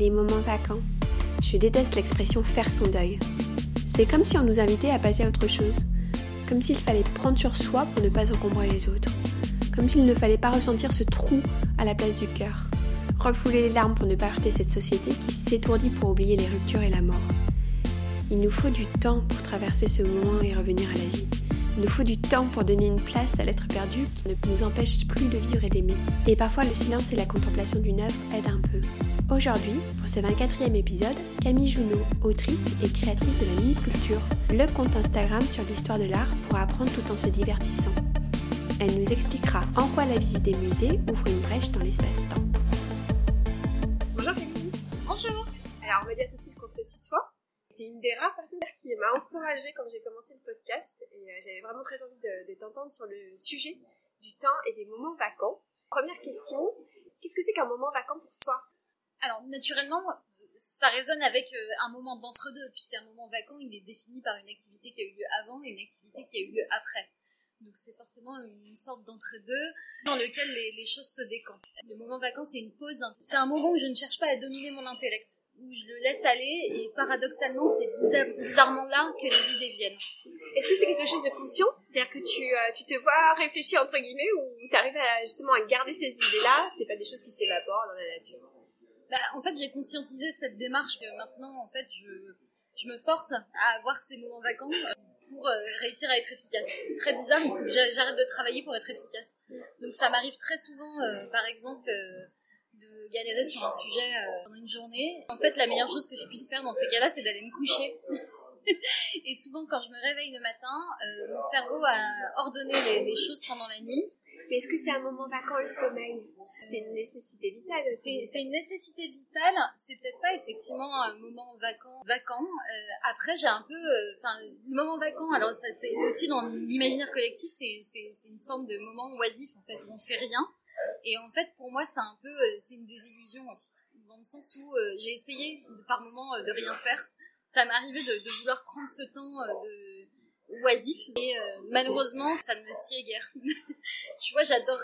les moments vacants. Je déteste l'expression faire son deuil. C'est comme si on nous invitait à passer à autre chose. Comme s'il fallait prendre sur soi pour ne pas encombrer les autres. Comme s'il ne fallait pas ressentir ce trou à la place du cœur. Refouler les larmes pour ne pas heurter cette société qui s'étourdit pour oublier les ruptures et la mort. Il nous faut du temps pour traverser ce moment et revenir à la vie. Il nous faut du temps pour donner une place à l'être perdu qui ne nous empêche plus de vivre et d'aimer. Et parfois le silence et la contemplation d'une œuvre aident un peu. Aujourd'hui, pour ce 24e épisode, Camille Junot, autrice et créatrice de la Minute Culture, le compte Instagram sur l'histoire de l'art pour apprendre tout en se divertissant. Elle nous expliquera en quoi la visite des musées ouvre une brèche dans l'espace-temps. Bonjour Camille. Bonjour. Alors on va dire tout de suite qu'on se tutoie. T'es une des rares personnes qui m'a encouragée quand j'ai commencé le podcast et j'avais vraiment très envie de t'entendre sur le sujet du temps et des moments vacants. Première question, qu'est-ce que c'est qu'un moment vacant pour toi ? Alors naturellement, ça résonne avec un moment d'entre-deux, puisqu'un moment vacant, il est défini par une activité qui a eu lieu avant et une activité qui a eu lieu après. Donc c'est forcément une sorte d'entre-deux dans lequel les choses se décantent. Le moment vacant, c'est une pause. C'est un moment où je ne cherche pas à dominer mon intellect, où je le laisse aller et paradoxalement, c'est bizarrement là que les idées viennent. Est-ce que c'est quelque chose de conscient ? C'est-à-dire que tu te vois réfléchir entre guillemets ou tu arrives justement à garder ces idées-là ? C'est pas des choses qui s'évaporent dans la nature ? En fait, j'ai conscientisé cette démarche que maintenant, en fait, je me force à avoir ces moments vacants pour réussir à être efficace. C'est très bizarre, il faut que j'arrête de travailler pour être efficace. Donc ça m'arrive très souvent, par exemple, de galérer sur un sujet pendant une journée. En fait, la meilleure chose que je puisse faire dans ces cas-là, c'est d'aller me coucher. Et souvent, quand je me réveille le matin, mon cerveau a ordonné les choses pendant la nuit. Mais est-ce que c'est un moment vacant, le sommeil ? C'est une nécessité vitale. C'est une nécessité vitale. C'est peut-être pas effectivement un moment vacant. Après, j'ai un peu... le moment vacant, alors ça, c'est aussi dans l'imaginaire collectif, c'est une forme de moment oisif, en fait, où on fait rien. Et en fait, pour moi, c'est un peu... c'est une désillusion aussi. Dans le sens où j'ai essayé, par moments, de rien faire. Ça m'est arrivé de vouloir prendre ce temps oisif et malheureusement ça ne me sied guère. Tu vois, j'adore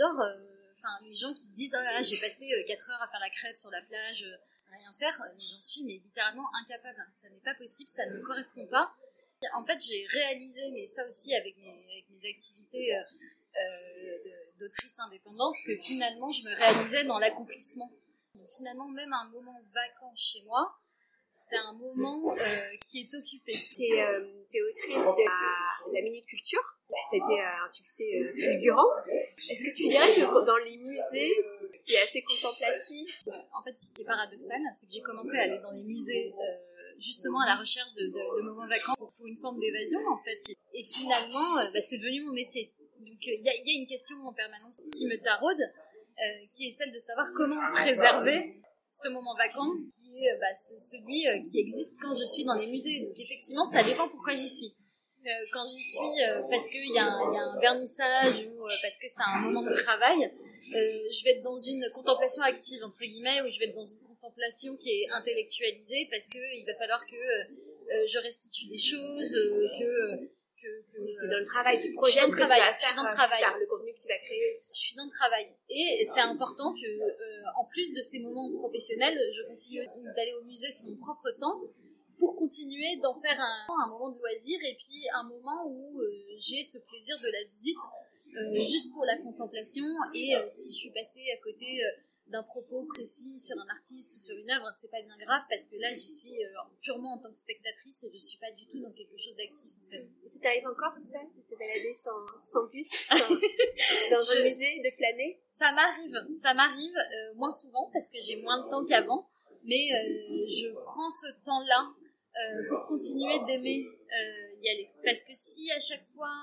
les gens qui disent j'ai passé 4 heures à faire la crêpe sur la plage, rien faire, j'en suis littéralement incapable. Ça n'est pas possible, ça ne me correspond pas. En fait, j'ai réalisé, mais ça aussi avec mes activités d'autrice indépendante, que finalement je me réalisais dans l'accomplissement. Finalement, même un moment vacant chez moi, c'est un moment qui est occupé. T'es autrice de la Minute Culture. C'était un succès fulgurant. Est-ce que tu dirais que dans les musées, tu es assez contemplatif ? En fait, ce qui est paradoxal, c'est que j'ai commencé à aller dans les musées justement à la recherche de moments vacants pour une forme d'évasion, en fait. Et finalement, c'est devenu mon métier. Donc, il y a une question en permanence qui me taraude, qui est celle de savoir comment préserver ce moment vacant qui est celui qui existe quand je suis dans les musées. Donc effectivement, ça dépend pourquoi j'y suis. Quand j'y suis parce qu'il y a un vernissage ou parce que c'est un moment de travail, je vais être dans une contemplation active, entre guillemets, ou je vais être dans une contemplation qui est intellectualisée parce qu'il va falloir que je restitue des choses, que dans le travail, tu projettes ce que tu vas faire, le contenu que tu vas créer. Je suis dans le travail. Et c'est important que, en plus de ces moments professionnels, je continue d'aller au musée sur mon propre temps pour continuer d'en faire un moment de loisir et puis un moment où j'ai ce plaisir de la visite juste pour la contemplation. Et si je suis passée à côté d'un propos précis sur un artiste ou sur une œuvre, c'est pas bien grave parce que là j'y suis purement en tant que spectatrice et je suis pas du tout dans quelque chose d'actif en fait. Ça t'arrive encore ça, de te balader sans but dans un musée, de flâner ? Ça m'arrive moins souvent parce que j'ai moins de temps qu'avant, mais je prends ce temps-là pour continuer d'aimer y aller. Parce que si à chaque fois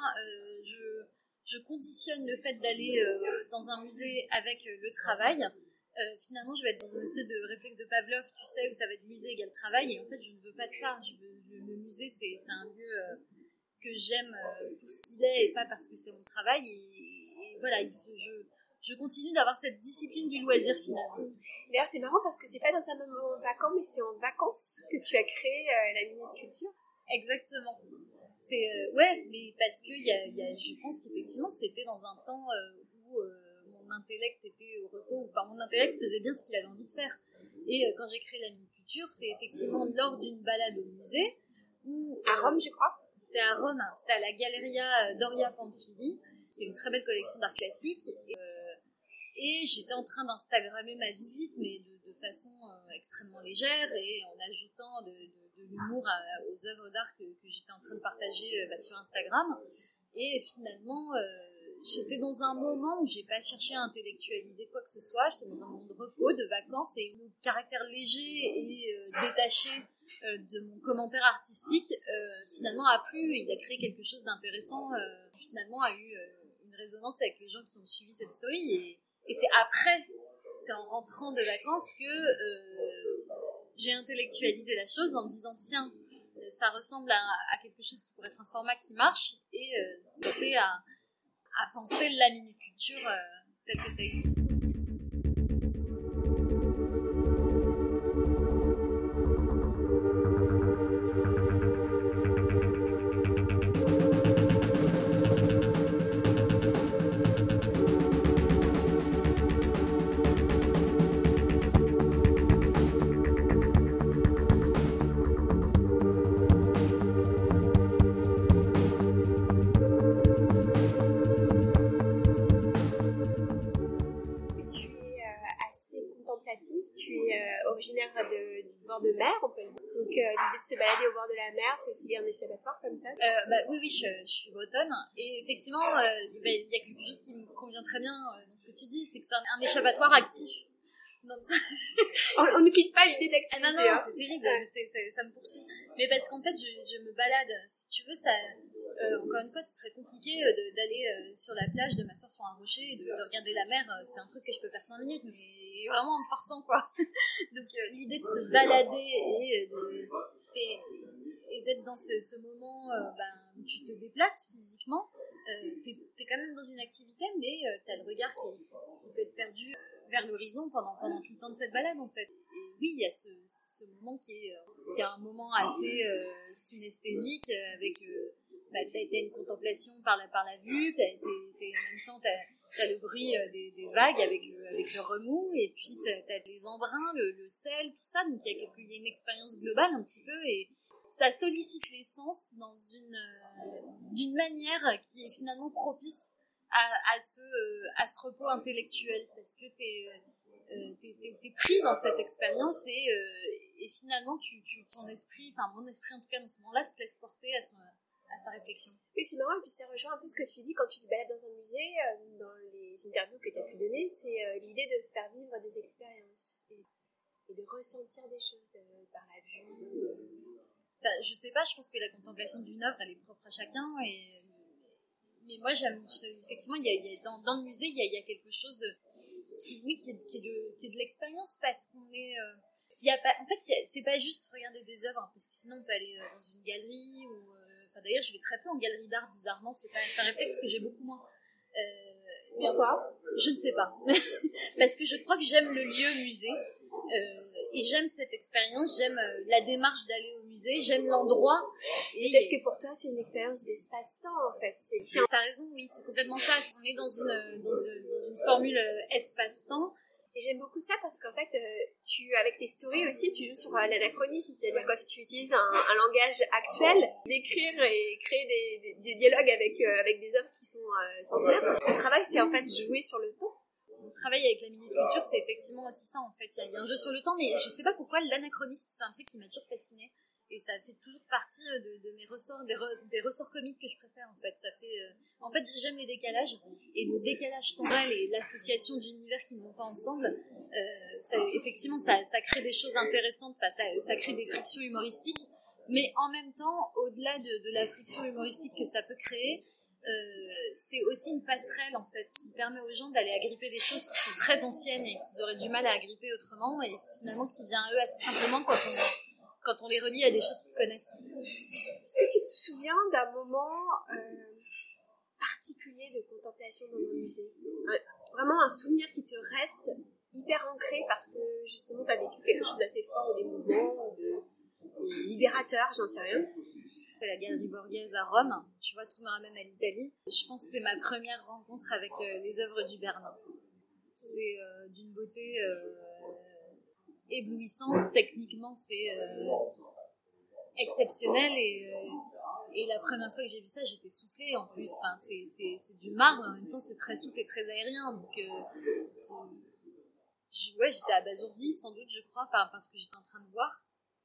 je conditionne le fait d'aller dans un musée avec le travail, finalement je vais être dans une espèce de réflexe de Pavlov, tu sais, où ça va être musée égale travail, et en fait je ne veux pas de ça. Le musée c'est un lieu que j'aime pour ce qu'il est et pas parce que c'est mon travail, et voilà, je continue d'avoir cette discipline du loisir finalement. D'ailleurs c'est marrant parce que c'est pas dans un moment vacant, mais c'est en vacances que tu as créé la Minute Culture. Exactement. C'est mais parce que je pense qu'effectivement c'était dans un temps où mon intellect était au repos, enfin mon intellect faisait bien ce qu'il avait envie de faire. Et quand j'ai créé la miniculture, c'est effectivement lors d'une balade au musée. À Rome, je crois. C'était à Rome, hein, c'était à la Galleria Doria Pamphili, qui est une très belle collection d'art classique. Et j'étais en train d'instagrammer ma visite, mais de façon extrêmement légère et en ajoutant de l'humour aux œuvres d'art que j'étais en train de partager sur Instagram. Et finalement, j'étais dans un moment où j'ai pas cherché à intellectualiser quoi que ce soit. J'étais dans un moment de repos, de vacances, et le caractère léger et détaché de mon commentaire artistique finalement a plu. Il a créé quelque chose d'intéressant. Finalement, a eu une résonance avec les gens qui ont suivi cette story. Et c'est après, c'est en rentrant de vacances que j'ai intellectualisé la chose en me disant tiens, ça ressemble à quelque chose qui pourrait être un format qui marche, et c'est à penser la miniculture telle que ça existe. Tu es originaire du bord de mer, on peut le dire. Donc l'idée de se balader au bord de la mer, c'est aussi un échappatoire comme ça. Oui, je suis bretonne, et effectivement, il y a quelque chose qui me convient très bien dans ce que tu dis, c'est que c'est un échappatoire actif. On ne quitte pas l'idée d'activité. Ah non, c'est terrible, ça me poursuit. Mais parce qu'en fait, je me balade, si tu veux, ça, encore une fois, ce serait compliqué d'aller sur la plage, de m'asseoir sur un rocher et de regarder la mer. C'est un truc que je peux faire 5 minutes, mais vraiment en me forçant, quoi. Donc l'idée de se balader et d'être dans ce moment où tu te déplaces physiquement, t'es quand même dans une activité, mais t'as le regard qui peut être perdu vers l'horizon pendant tout le temps de cette balade, en fait. Et oui, il y a ce moment qui est un moment assez synesthésique, avec t'as une contemplation par la vue, en même temps t'as le bruit des vagues avec le remous, et puis t'as les embruns, le sel, tout ça. Donc il y a une expérience globale un petit peu, et ça sollicite les sens d'une manière qui est finalement propice à ce repos intellectuel, parce que t'es pris dans cette expérience, et finalement ton esprit, enfin mon esprit en tout cas dans ce moment-là, se laisse porter à sa réflexion. Oui, c'est marrant, et puis ça rejoint un peu ce que tu dis quand tu te balades dans un musée, dans les interviews que tu as pu donner, c'est l'idée de faire vivre des expériences et de ressentir des choses par la vue. Enfin, je sais pas, je pense que la contemplation d'une œuvre, elle est propre à chacun, mais moi j'aime, effectivement, dans le musée, il y a quelque chose qui est de l'expérience, parce qu'on est en fait, c'est pas juste regarder des œuvres, parce que sinon on peut aller dans une galerie ou d'ailleurs je vais très peu en galerie d'art, bizarrement, c'est un réflexe que j'ai beaucoup moins. Pourquoi ? Je ne sais pas. Parce que je crois que j'aime le lieu musée, et j'aime cette expérience, j'aime la démarche d'aller au musée, j'aime l'endroit. Et peut-être que pour toi c'est une expérience d'espace-temps, en fait. T'as raison, oui, c'est complètement ça. On est dans une formule espace-temps. Et j'aime beaucoup ça parce qu'en fait, avec tes stories aussi, tu joues sur l'anachronisme, c'est-à-dire que tu utilises un langage actuel, d'écrire et créer des dialogues avec des œuvres qui sont centenaires. Ton travail, c'est en fait jouer sur le temps. Mon travail avec la miniculture, c'est effectivement aussi ça, en fait. Il y a un jeu sur le temps, mais je sais pas pourquoi l'anachronisme, c'est un truc qui m'a toujours fascinée. Et ça fait toujours partie de mes ressorts, des ressorts comiques que je préfère, en fait. En fait, j'aime les décalages, et le décalage temporel et l'association d'univers qui ne vont pas ensemble, effectivement, ça crée des choses intéressantes, ça crée des frictions humoristiques, mais en même temps, au-delà de la friction humoristique que ça peut créer, c'est aussi une passerelle, en fait, qui permet aux gens d'aller agripper des choses qui sont très anciennes et qu'ils auraient du mal à agripper autrement, et finalement qui vient à eux assez simplement quand on les relie à des choses qu'ils connaissent. Est-ce que tu te souviens d'un moment particulier de contemplation dans un musée ? Vraiment un souvenir qui te reste hyper ancré parce que justement tu as vécu quelque chose d'assez fort, ou des mouvements, ou de libérateur, j'en sais rien. C'est la Galerie Borghese à Rome, tu vois, tout me ramène à l'Italie. Je pense que c'est ma première rencontre avec les œuvres du Bernin. C'est d'une beauté éblouissant. Techniquement, c'est exceptionnel et la première fois que j'ai vu ça, j'étais soufflée en plus. Enfin, c'est du marbre, mais en même temps, c'est très souple et très aérien. Donc, j'étais abasourdie, sans doute, je crois, par ce que j'étais en train de voir.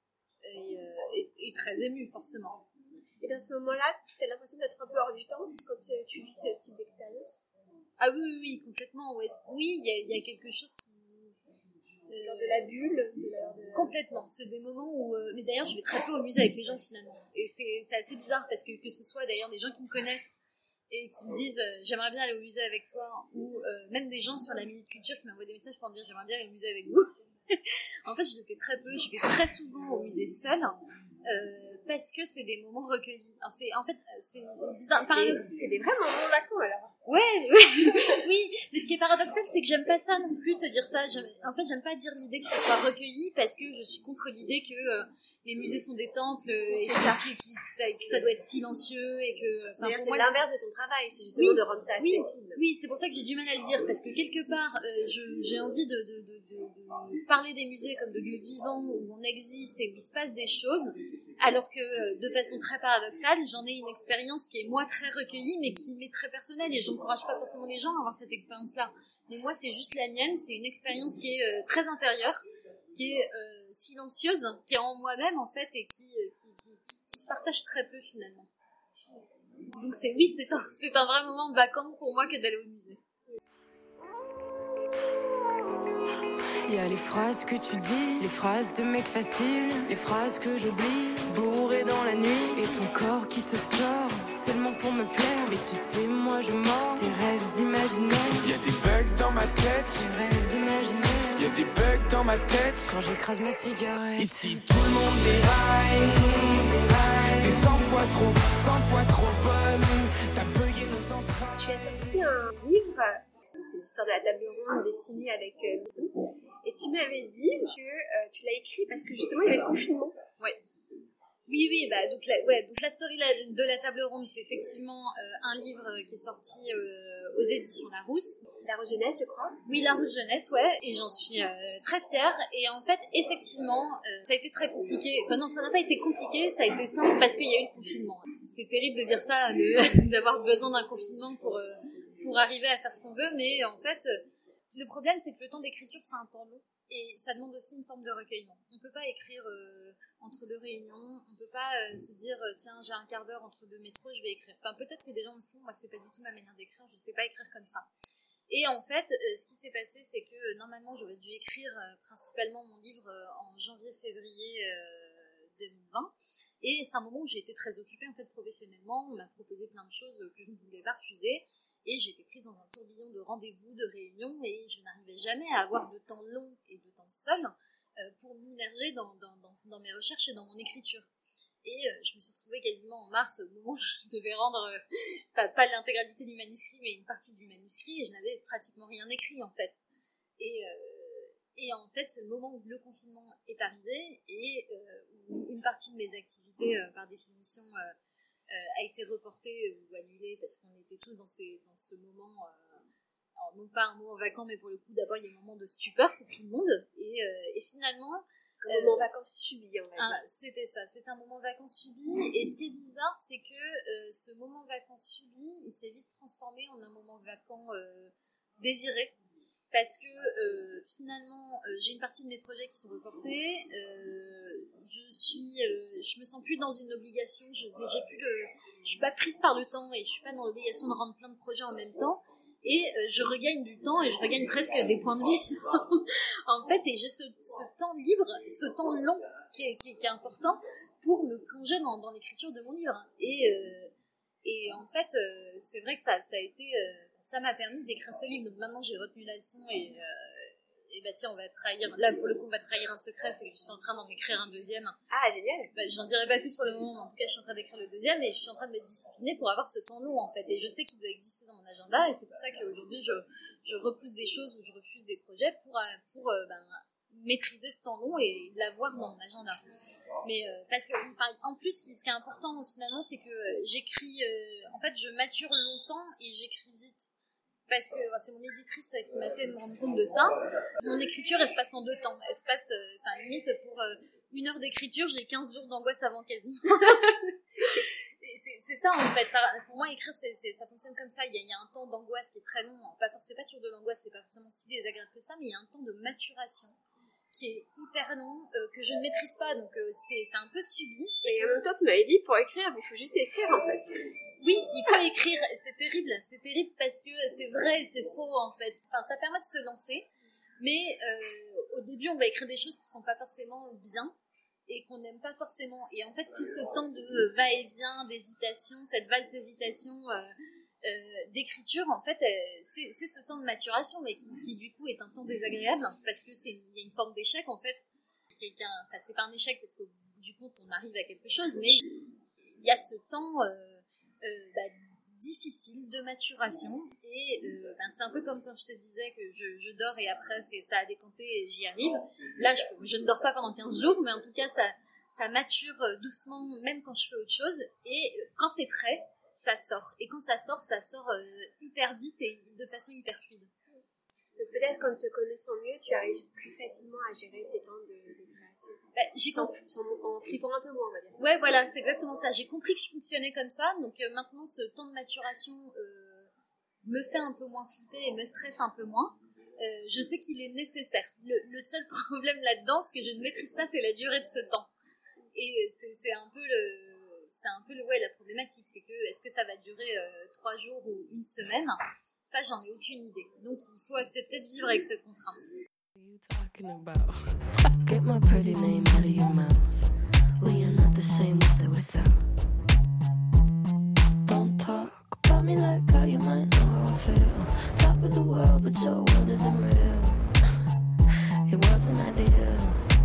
Et très émue, forcément. Et dans ce moment-là, tu as l'impression d'être un peu hors du temps quand tu vis ce type d'expérience? Ah oui, complètement. Ouais. Oui, il y a quelque chose qui... Lors de la bulle Complètement. C'est des moments où... mais d'ailleurs, je vais très peu au musée avec les gens, finalement. Et c'est assez bizarre, parce que ce soit d'ailleurs des gens qui me connaissent et qui me disent j'aimerais bien aller au musée avec toi, ou même des gens sur la Minute Culture qui m'envoient des messages pour me dire j'aimerais bien aller au musée avec vous. En fait, je le fais très peu. Je vais très souvent au musée seule. Parce que c'est des moments recueillis. Alors c'est bizarre. C'est des vrais moments vacants alors. Ouais. Oui, mais ce qui est paradoxal, c'est que j'aime pas ça non plus, te dire ça. J'aime pas dire l'idée que ce soit recueilli, parce que je suis contre l'idée que les musées sont des temples et que ça doit être silencieux et que... D'ailleurs, c'est l'inverse de ton travail, c'est justement de rendre ça accessible. Oui, c'est pour ça que j'ai du mal à le dire, parce que quelque part, j'ai envie de parler des musées comme de lieux vivants où on existe et où il se passe des choses, alors que de façon très paradoxale, j'en ai une expérience qui est moi très recueillie, mais qui m'est très personnelle, et j'encourage pas forcément les gens à avoir cette expérience-là. Mais moi, c'est juste la mienne, c'est une expérience qui est très intérieure, qui est silencieuse, qui est en moi-même en fait, et qui se partage très peu finalement. Donc c'est un vrai moment vacant pour moi que d'aller au musée. Il y a les phrases que tu dis, les phrases de mec facile, les phrases que j'oublie, bourré dans la nuit, et ton corps qui se tord, seulement pour me plaire. Mais tu sais, moi je mords tes rêves imaginaires. Il y a des bugs dans ma tête, tes rêves imaginaires. Il y a des bugs dans ma tête, quand j'écrase ma cigarette. Ici tout le monde déraille, t'es 100 fois trop bonne, t'as bugué nos entrailles. Tu as sorti un livre, c'est l'histoire de la table ronde dessinée avec Bisou. Et tu m'avais dit que tu l'as écrit parce que justement il y avait le confinement. Ouais. Oui, donc la story de la table ronde, c'est effectivement un livre qui est sorti aux éditions Larousse. Larousse Jeunesse, je crois. Oui, Larousse Jeunesse, ouais, et j'en suis très fière. Et en fait, effectivement, ça a été très compliqué. Enfin non, ça n'a pas été compliqué, ça a été simple parce qu'il y a eu le confinement. C'est terrible de dire ça, d'avoir besoin d'un confinement pour arriver à faire ce qu'on veut, mais en fait, le problème, c'est que le temps d'écriture, c'est un temps long. Et ça demande aussi une forme de recueillement. On ne peut pas écrire entre deux réunions, on ne peut pas se dire tiens, j'ai un quart d'heure entre deux métros, je vais écrire. Enfin, peut-être que des gens le font, moi c'est pas du tout ma manière d'écrire, je ne sais pas écrire comme ça. Et en fait, ce qui s'est passé, c'est que normalement j'aurais dû écrire principalement mon livre en janvier-février 2020. Et c'est un moment où j'ai été très occupée en fait professionnellement, on m'a proposé plein de choses que je ne voulais pas refuser. Et j'ai été prise dans un tourbillon de rendez-vous, de réunions, et je n'arrivais jamais à avoir de temps long et de temps seul pour m'immerger dans mes recherches et dans mon écriture. Et je me suis retrouvée quasiment en mars, au moment où je devais rendre, pas l'intégralité du manuscrit, mais une partie du manuscrit, et je n'avais pratiquement rien écrit en fait. Et en fait, c'est le moment où le confinement est arrivé, et où une partie de mes activités, par définition, a été reporté ou annulé parce qu'on était tous dans ce moment, alors non pas un moment vacant, mais pour le coup d'abord il y a un moment de stupeur pour tout le monde et finalement un moment vacances subi, on va dire. C'était ça, c'est un moment vacances subi, et ce qui est bizarre, c'est que ce moment vacances subi, il s'est vite transformé en un moment vacant désiré. Parce que finalement, j'ai une partie de mes projets qui sont reportés. Je me sens plus dans une obligation. Je suis pas prise par le temps et je suis pas dans l'obligation de rendre plein de projets en même temps. Et je regagne du temps et je regagne presque des points de vie. En fait, et j'ai ce temps libre, ce temps long qui est important pour me plonger dans l'écriture de mon livre. Et en fait, c'est vrai que ça a été ça m'a permis d'écrire ce livre. Donc maintenant j'ai retenu la leçon et bah tiens, on va trahir, là pour le coup on va trahir un secret, c'est que je suis en train d'en écrire un deuxième. Ah génial. Bah, j'en dirai pas plus pour le moment, mais en tout cas je suis en train d'écrire le deuxième et je suis en train de me discipliner pour avoir ce temps long en fait, et je sais qu'il doit exister dans mon agenda, et c'est pour ça qu'aujourd'hui je repousse des choses ou je refuse des projets pour maîtriser ce temps long et l'avoir dans mon agenda. Mais parce que en plus ce qui est important finalement, c'est que j'écris en fait je mature longtemps et j'écris vite. parce que c'est mon éditrice qui m'a fait me rendre compte de ça. Mon écriture, elle se passe en 2 temps. Elle se passe, limite, pour 1 heure d'écriture, j'ai 15 jours d'angoisse avant quasiment. C'est ça en fait, pour moi écrire ça fonctionne comme ça, il y a un temps d'angoisse qui est très long, c'est pas toujours de l'angoisse, c'est pas forcément si désagréable que ça, mais il y a un temps de maturation qui est hyper long, que je ne maîtrise pas, donc c'est un peu subi. Et en même temps tu m'avais dit pour écrire, il faut juste écrire en fait. Oui, il faut écrire, c'est terrible parce que c'est vrai, c'est faux en fait, ça permet de se lancer, mais au début on va écrire des choses qui sont pas forcément bien, et qu'on n'aime pas forcément. Et en fait, tout ce temps de va-et-vient, d'hésitation, cette valse hésitation d'écriture, en fait, c'est ce temps de maturation, mais qui du coup est un temps désagréable, parce que il y a une forme d'échec, en fait. C'est pas un échec, parce que du coup, on arrive à quelque chose, mais il y a ce temps difficile de maturation, et c'est un peu comme quand je te disais que je dors et après ça a décanté et j'y arrive. Là je ne dors pas pendant 15 jours, mais en tout cas ça mature doucement, même quand je fais autre chose, et quand c'est prêt ça sort, et quand ça sort hyper vite et de façon hyper fluide. Donc peut-être qu'en te connaissant mieux tu arrives plus facilement à gérer ces temps de création. En flippant un peu moins, on va dire. Ouais, voilà, c'est exactement ça. J'ai compris que je fonctionnais comme ça, donc maintenant ce temps de maturation me fait un peu moins flipper et me stresse un peu moins. Je sais qu'il est nécessaire. Le seul problème là-dedans, ce que je ne maîtrise pas, c'est la durée de ce temps. Et c'est un peu la problématique, c'est que est-ce que ça va durer 3 jours ou 1 semaine? Ça, j'en ai aucune idée. Donc il faut accepter de vivre avec cette contrainte. Talking about. Get my pretty name out of your mouth. We are not the same with or without. Don't talk about me like how you might know how I feel. Top of the world, but your world isn't real. It wasn't ideal.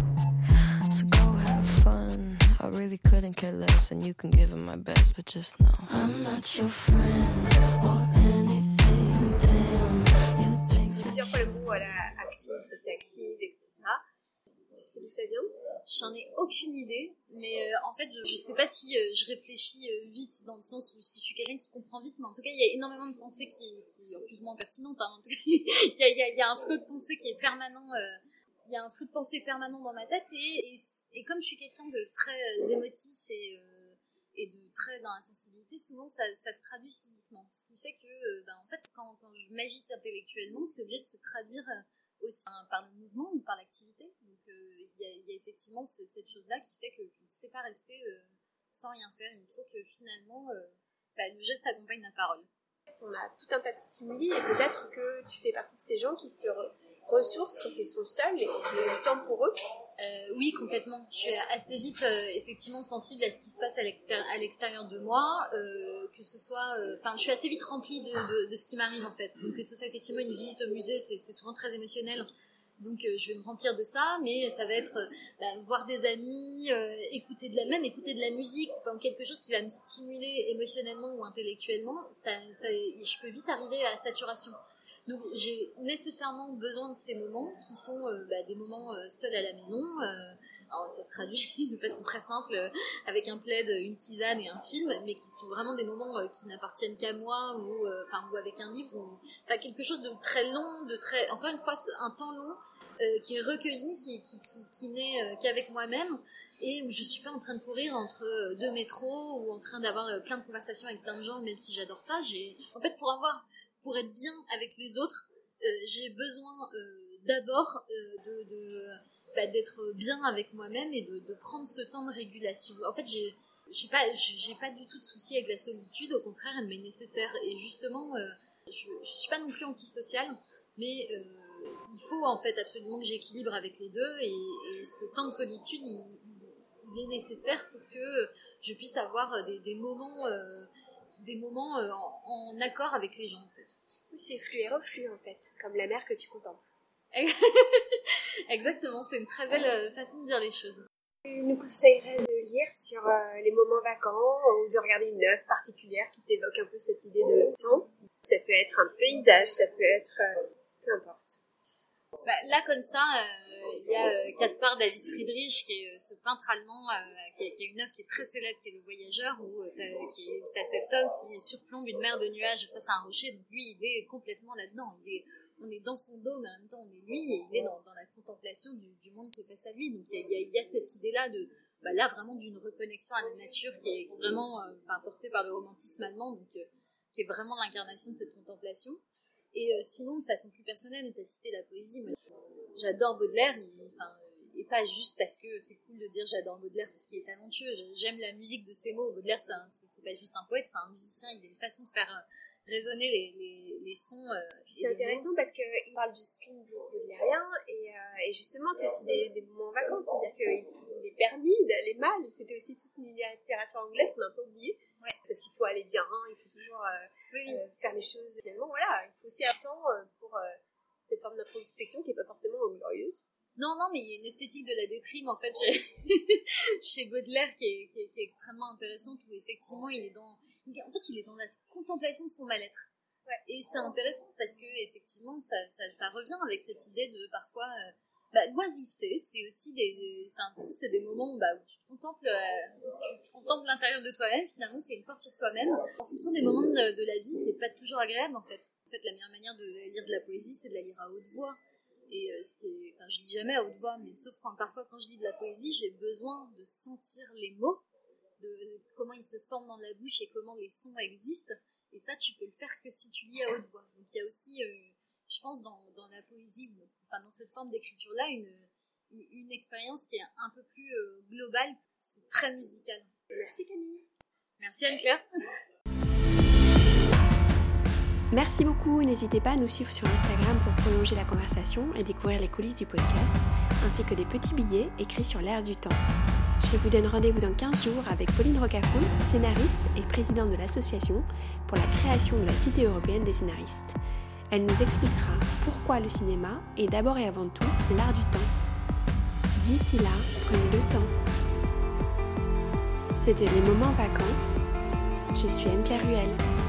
So go have fun. I really couldn't care less, and you can give it my best, but just know I'm not your friend or anything. Damn, you think J'ai plusieurs fois le mot active, rester active, etc. Tu sais d'où ça vient? J'en ai aucune idée, mais en fait je sais pas si je réfléchis vite, dans le sens où si je suis quelqu'un qui comprend vite, mais en tout cas il y a énormément de pensées qui en plus moins pertinentes, hein. En tout cas il y a un flot de pensées qui est permanent, il y a un flot de pensées permanent dans ma tête, et comme je suis quelqu'un de très émotif et de très dans la sensibilité, souvent ça se traduit physiquement, ce qui fait que en fait quand je m'agite intellectuellement, c'est obligé de se traduire aussi par le mouvement ou par l'activité. Donc il y a effectivement cette chose-là qui fait que je ne sais pas rester sans rien faire. Il faut que finalement le geste accompagne la parole. On a tout un tas de stimuli, et peut-être que tu fais partie de ces gens qui se ressourcent quand ils sont seuls et qu'ils ont du temps pour eux. Oui, complètement. Je suis assez vite effectivement sensible à ce qui se passe à l'extérieur de moi, que ce soit, je suis assez vite remplie de ce qui m'arrive en fait. Donc que ce soit effectivement une visite au musée, c'est souvent très émotionnel. Donc je vais me remplir de ça, mais ça va être voir des amis, écouter de la musique, quelque chose qui va me stimuler émotionnellement ou intellectuellement. Je peux vite arriver à la saturation. Donc j'ai nécessairement besoin de ces moments qui sont des moments seuls à la maison. Alors ça se traduit de façon très simple avec un plaid, une tisane et un film, mais qui sont vraiment des moments qui n'appartiennent qu'à moi, ou avec un livre, ou quelque chose de très long, encore une fois un temps long qui est recueilli, qui n'est qu'avec moi-même, et où je suis pas en train de courir entre 2 métros ou en train d'avoir plein de conversations avec plein de gens, même si j'adore ça. En fait, pour être bien avec les autres, j'ai besoin d'abord d'être bien avec moi-même et de prendre ce temps de régulation. En fait, j'ai pas du tout de souci avec la solitude, au contraire, elle m'est nécessaire. Et justement, je suis pas non plus antisociale, mais il faut en fait absolument que j'équilibre avec les deux, et ce temps de solitude, il est nécessaire pour que je puisse avoir des moments en accord avec les gens en fait. C'est flux et reflux en fait, comme la mer que tu contemples. Exactement, c'est une très belle façon de dire les choses. Tu nous conseillerais de lire sur les moments vacants, ou de regarder une œuvre particulière qui t'évoque un peu cette idée de temps? Ça peut être un paysage, ça peut être... peu importe. Là, comme ça, il y a Caspar David Friedrich, qui est ce peintre allemand, qui a une œuvre qui est très célèbre, qui est Le Voyageur, où t'as cet homme qui surplombe une mer de nuages face à un rocher. Donc lui, il est complètement là-dedans. On est dans son dos, mais en même temps, on est lui, et il est dans la contemplation du monde qui est face à lui. Donc il y a cette idée-là là, vraiment d'une reconnexion à la nature qui est vraiment portée par le romantisme allemand, donc qui est vraiment l'incarnation de cette contemplation. Et sinon, de façon plus personnelle, tu as cité la poésie. Moi, j'adore Baudelaire, et pas juste parce que c'est cool de dire j'adore Baudelaire parce qu'il est talentueux. J'aime la musique de ses mots. Baudelaire, c'est pas juste un poète, c'est un musicien. Il a une façon de faire résonner les sons. C'est intéressant parce qu'il parle du spleen baudelairien, et justement, c'est aussi des moments en vacances. C'est-à-dire qu'il est permis d'aller mal. C'était aussi toute une littérature anglaise qu'on a un peu oubliée. Ouais. Parce qu'il faut aller bien, il faut toujours faire les choses. Finalement, voilà, il faut aussi un temps pour cette forme d'introspection qui n'est pas forcément glorieuse. Non, mais il y a une esthétique de la déprime, en fait, chez Baudelaire qui est extrêmement intéressante, où effectivement, il est dans la contemplation de son mal-être. Ouais. Et c'est intéressant parce que, effectivement, ça revient avec cette idée de, parfois, l'oisiveté, c'est aussi c'est des moments où tu contemples l'intérieur de toi-même. Finalement, c'est une porte sur soi-même. En fonction des moments de la vie, c'est pas toujours agréable, en fait. En fait, la meilleure manière de lire de la poésie, c'est de la lire à haute voix. Et je lis jamais à haute voix, mais sauf parfois quand je lis de la poésie, j'ai besoin de sentir les mots, de comment ils se forment dans la bouche et comment les sons existent. Et ça, tu peux le faire que si tu lis à haute voix. Donc il y a aussi, je pense, dans la poésie, dans cette forme d'écriture-là, une expérience qui est un peu plus globale. C'est très musical. Merci Camille. Merci Anne-Claire. Merci beaucoup, n'hésitez pas à nous suivre sur Instagram pour prolonger la conversation et découvrir les coulisses du podcast, ainsi que des petits billets écrits sur l'air du temps. Je vous donne rendez-vous dans 15 jours avec Pauline Rocafoun, scénariste et présidente de l'association pour la création de la Cité européenne des scénaristes. Elle nous expliquera pourquoi le cinéma est d'abord et avant tout l'art du temps. D'ici là, prenez le temps. C'était les moments vacants. Je suis Anne-Claire Ruel.